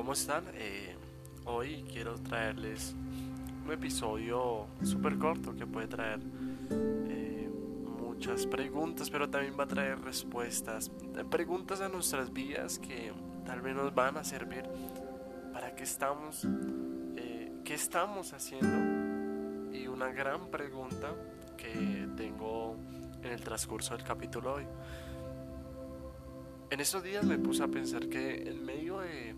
¿cómo están? Hoy quiero traerles un episodio súper corto que puede traer muchas preguntas, pero también va a traer respuestas, preguntas a nuestras vidas que tal vez nos van a servir para qué estamos haciendo, y una gran pregunta que tengo en el transcurso del capítulo hoy. En estos días me puse a pensar que en medio de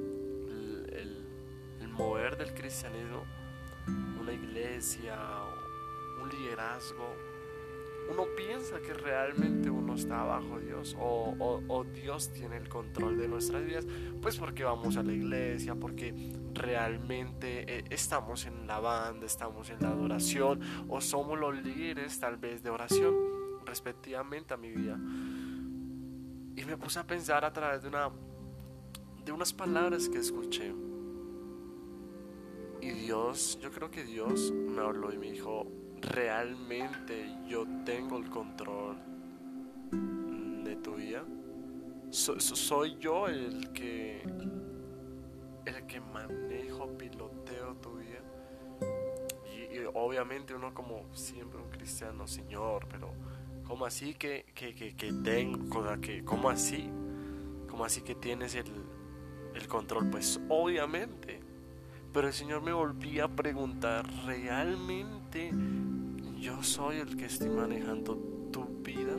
el mover del cristianismo, una iglesia, un liderazgo, uno piensa que realmente uno está bajo Dios o Dios tiene el control de nuestras vidas, pues porque vamos a la iglesia, porque realmente estamos en la banda, estamos en la adoración o somos los líderes tal vez de oración respectivamente a mi vida. Y me puse a pensar a través de unas palabras que escuché. Y Dios, yo creo que Dios me habló y me dijo, realmente yo tengo el control de tu vida. Soy yo el que manejo, piloteo tu vida. Y obviamente uno como siempre un cristiano, Señor, pero ¿cómo así que tengo? ¿Cómo así? ¿Cómo así que tienes el control? Pues obviamente. Pero el Señor me volvía a preguntar, ¿realmente yo soy el que estoy manejando tu vida?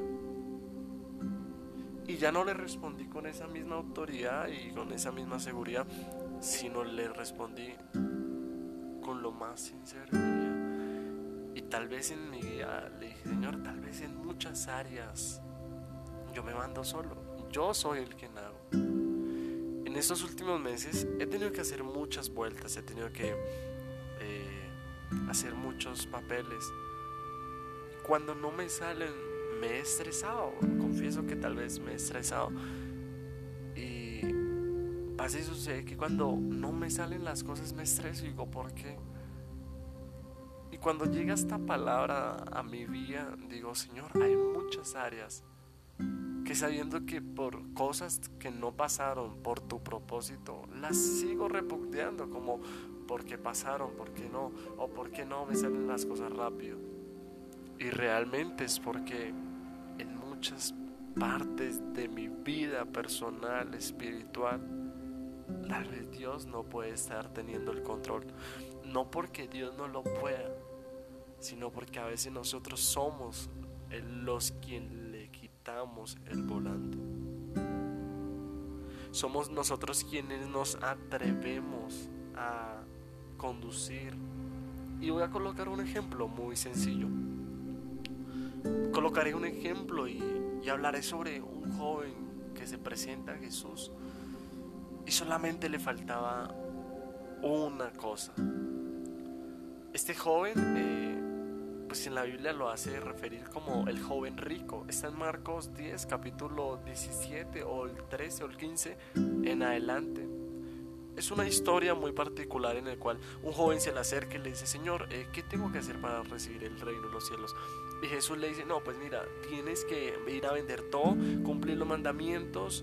Y ya no le respondí con esa misma autoridad y con esa misma seguridad, sino le respondí con lo más sincero de mi vida. Y tal vez en mi vida le dije, Señor, tal vez en muchas áreas yo me mando solo, yo soy el que hago. En estos últimos meses he tenido que hacer muchas vueltas, he tenido que hacer muchos papeles. Cuando no me salen, me he estresado, confieso que tal vez me he estresado. Y pasa y sucede que cuando no me salen las cosas me estreso y digo, ¿por qué? Y cuando llega esta palabra a mi vida, digo, Señor, hay muchas áreas que sabiendo que por cosas que no pasaron por tu propósito, las sigo repudiando, como ¿por qué pasaron? ¿Por qué no? O ¿por qué no me salen las cosas rápido? Y realmente es porque en muchas partes de mi vida personal, espiritual, tal vez Dios no puede estar teniendo el control. No porque Dios no lo pueda, sino porque a veces nosotros somos los quienes le quitamos el volante. Somos nosotros quienes nos atrevemos a conducir. Y voy a colocar un ejemplo muy sencillo. Colocaré un ejemplo y hablaré sobre un joven que se presenta a Jesús y solamente le faltaba una cosa. Este joven, pues en la Biblia lo hace referir como el joven rico. Está en Marcos 10, capítulo 17 o el 13 o el 15 en adelante. Es una historia muy particular en la cual un joven se le acerca y le dice, Señor, ¿qué tengo que hacer para recibir el reino de los cielos? Y Jesús le dice, no, pues mira, tienes que ir a vender todo, cumplir los mandamientos,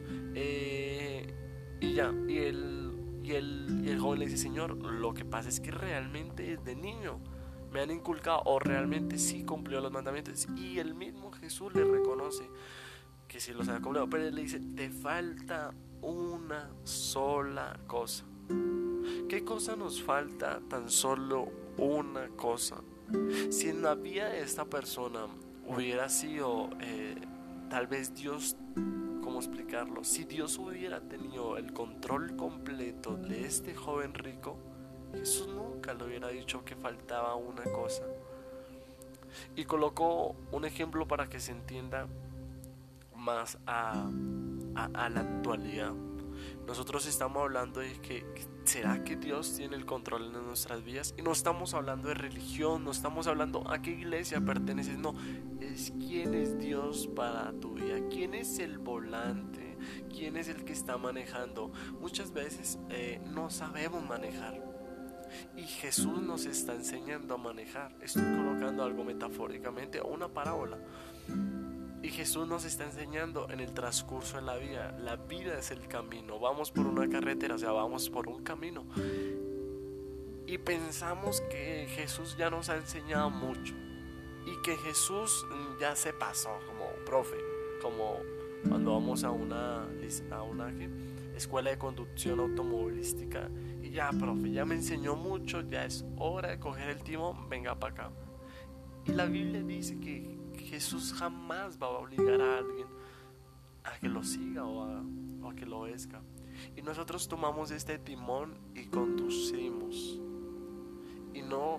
y ya. Y el joven le dice, Señor, lo que pasa es que realmente desde niño me han inculcado, o realmente sí cumplió los mandamientos. Y el mismo Jesús le reconoce que sí los ha cumplido, pero él le dice, te falta una sola cosa. ¿Qué cosa nos falta? Tan solo una cosa. Si en la vida de esta persona hubiera sido tal vez Dios, ¿cómo explicarlo? Si Dios hubiera tenido el control completo de este joven rico, Jesús nunca le hubiera dicho que faltaba una cosa. Y colocó un ejemplo para que se entienda más a la actualidad. Nosotros estamos hablando de que ¿será que Dios tiene el control de nuestras vidas? Y no estamos hablando de religión, no estamos hablando a qué iglesia perteneces, no, es quién es Dios para tu vida, quién es el volante, quién es el que está manejando. Muchas veces no sabemos manejar y Jesús nos está enseñando a manejar. Estoy colocando algo metafóricamente o una parábola. Y Jesús nos está enseñando en el transcurso de la vida. La vida es el camino. Vamos por una carretera, o sea, vamos por un camino. Y pensamos que Jesús ya nos ha enseñado mucho. Y que Jesús ya se pasó como profe. Como cuando vamos a una escuela de conducción automovilística. Y ya, profe, ya me enseñó mucho. Ya es hora de coger el timón. Venga para acá. Y la Biblia dice que Jesús jamás va a obligar a alguien a que lo siga o a que lo obedezca. Y nosotros tomamos este timón y conducimos. Y no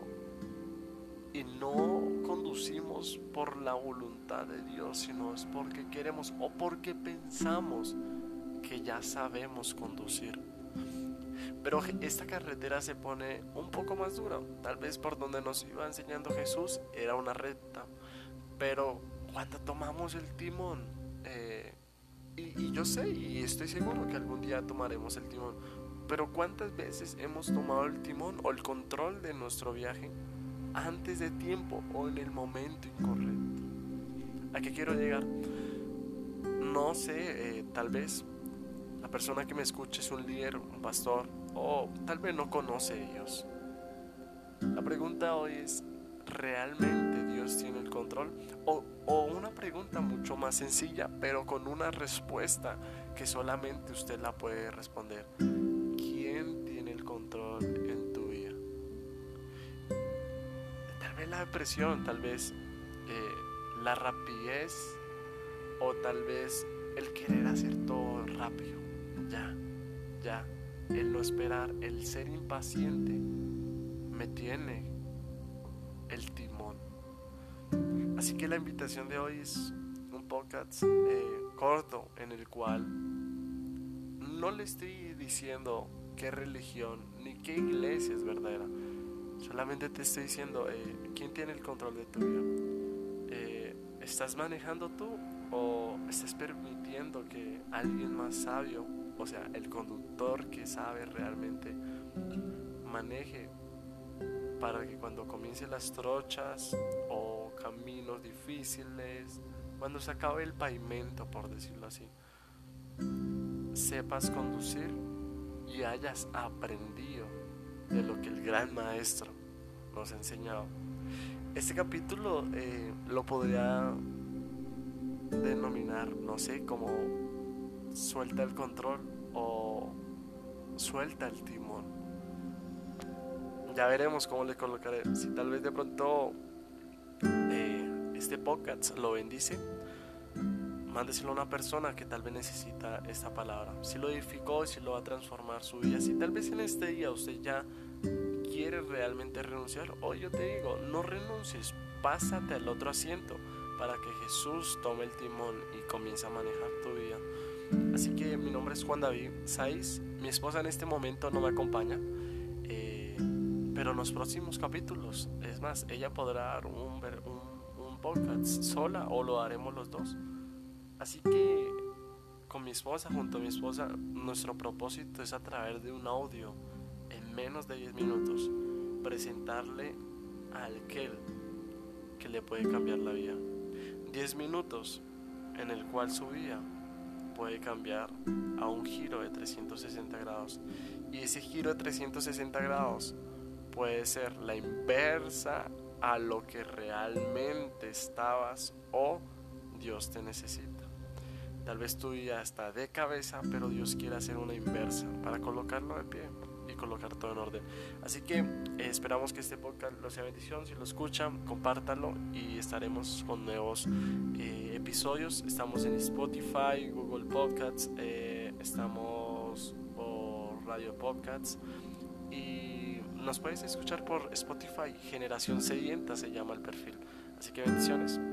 conducimos por la voluntad de Dios, sino es porque queremos o porque pensamos que ya sabemos conducir. Pero esta carretera se pone un poco más dura. Tal vez por donde nos iba enseñando Jesús era una recta, pero cuando tomamos el timón, y yo sé y estoy seguro que algún día tomaremos el timón, pero ¿cuántas veces hemos tomado el timón o el control de nuestro viaje antes de tiempo o en el momento incorrecto? ¿A qué quiero llegar? No sé, tal vez la persona que me escuche es un líder, un pastor, o tal vez no conoce a Dios. La pregunta hoy es: ¿realmente Dios tiene el control? O una pregunta mucho más sencilla, pero con una respuesta que solamente usted la puede responder: ¿quién tiene el control en tu vida? Tal vez la depresión, tal vez la rapidez, o tal vez el querer hacer todo rápido. Ya, el no esperar, el ser impaciente me tiene el timón. Así que la invitación de hoy es un podcast corto, en el cual no le estoy diciendo qué religión ni qué iglesia es verdadera. Solamente te estoy diciendo quién tiene el control de tu vida. ¿Estás manejando tú o estás permitiendo que alguien más sabio, o sea, el conductor que sabe realmente, maneje para que cuando comiencen las trochas o caminos difíciles, cuando se acabe el pavimento, por decirlo así, sepas conducir y hayas aprendido de lo que el gran maestro nos ha enseñado? Este capítulo lo podría denominar, no sé, como suelta el control o suelta el timón. Ya veremos cómo le colocaré. Si tal vez de pronto este podcast lo bendice, mándeselo a una persona que tal vez necesita esta palabra. Si lo edificó, si lo va a transformar su vida. Si tal vez en este día usted ya quiere realmente renunciar, hoy yo te digo, no renuncies, pásate al otro asiento para que Jesús tome el timón y comience a manejar tu vida. Así que mi nombre es Juan David Saiz. Mi esposa en este momento no me acompaña, pero en los próximos capítulos, es más, ella podrá dar un podcast sola o lo haremos los dos. Así que con mi esposa, junto a mi esposa, nuestro propósito es, a través de un audio en menos de 10 minutos, presentarle a aquel que le puede cambiar la vida. 10 minutos en el cual su vida puede cambiar a un giro de 360 grados. Y ese giro de 360 grados puede ser la inversa a lo que realmente estabas o Dios te necesita. Tal vez tu vida está de cabeza, pero Dios quiere hacer una inversa para colocarlo de pie y colocar todo en orden. Así que esperamos que este podcast lo sea bendición. Si lo escuchan, compártalo y estaremos con nuevos episodios. Estamos en Spotify, Google Podcasts, estamos por Radio Podcasts y nos puedes escuchar por Spotify. Generación Sedienta se llama el perfil. Así que bendiciones.